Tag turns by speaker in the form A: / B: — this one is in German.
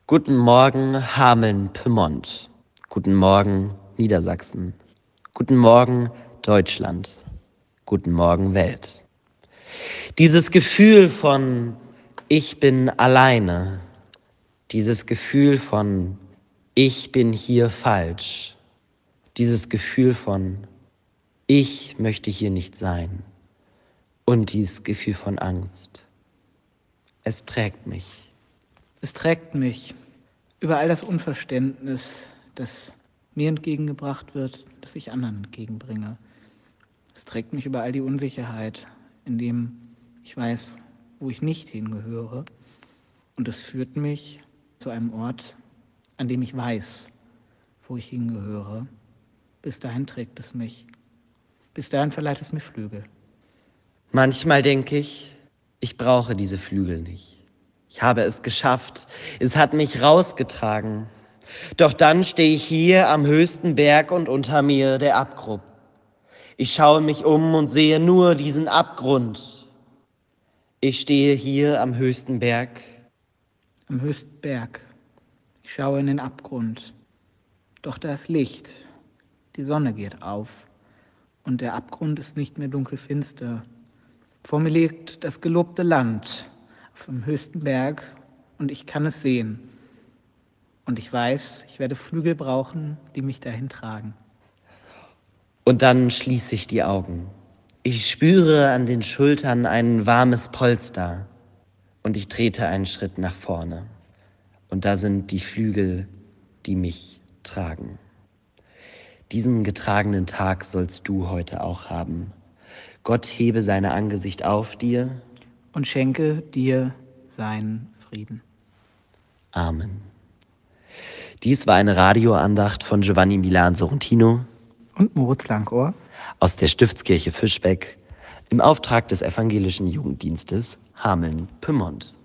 A: Guten Morgen, Hameln-Pyrmont. Guten Morgen, Niedersachsen. Guten Morgen, Deutschland. Guten Morgen, Welt. Dieses Gefühl von ich bin alleine, dieses Gefühl von ich bin hier falsch, dieses Gefühl von ich möchte hier nicht sein und dieses Gefühl von Angst. Es trägt mich.
B: Es trägt mich über all das Unverständnis, das mir entgegengebracht wird, das ich anderen entgegenbringe. Es trägt mich über all die Unsicherheit, in dem ich weiß, wo ich nicht hingehöre. Und es führt mich zu einem Ort, an dem ich weiß, wo ich hingehöre. Bis dahin trägt es mich. Bis dahin verleiht es mir Flügel.
A: Manchmal denke ich, ich brauche diese Flügel nicht. Ich habe es geschafft. Es hat mich rausgetragen. Doch dann stehe ich hier am höchsten Berg und unter mir der Abgrund. Ich schaue mich um und sehe nur diesen Abgrund. Ich stehe hier am höchsten Berg.
B: Am höchsten Berg. Ich schaue in den Abgrund. Doch da ist Licht. Die Sonne geht auf. Und der Abgrund ist nicht mehr dunkelfinster. Vor mir liegt das gelobte Land auf dem höchsten Berg und ich kann es sehen. Und ich weiß, ich werde Flügel brauchen, die mich dahin tragen.
A: Und dann schließe ich die Augen. Ich spüre an den Schultern ein warmes Polster und ich trete einen Schritt nach vorne. Und da sind die Flügel, die mich tragen. Diesen getragenen Tag sollst du heute auch haben. Gott hebe sein Angesicht auf dir
B: und schenke dir seinen Frieden.
A: Amen. Dies war eine Radioandacht von Giovanni Milan Sorrentino
B: und Moritz Langohr
A: aus der Stiftskirche Fischbeck im Auftrag des Evangelischen Jugenddienstes Hameln-Pyrmont.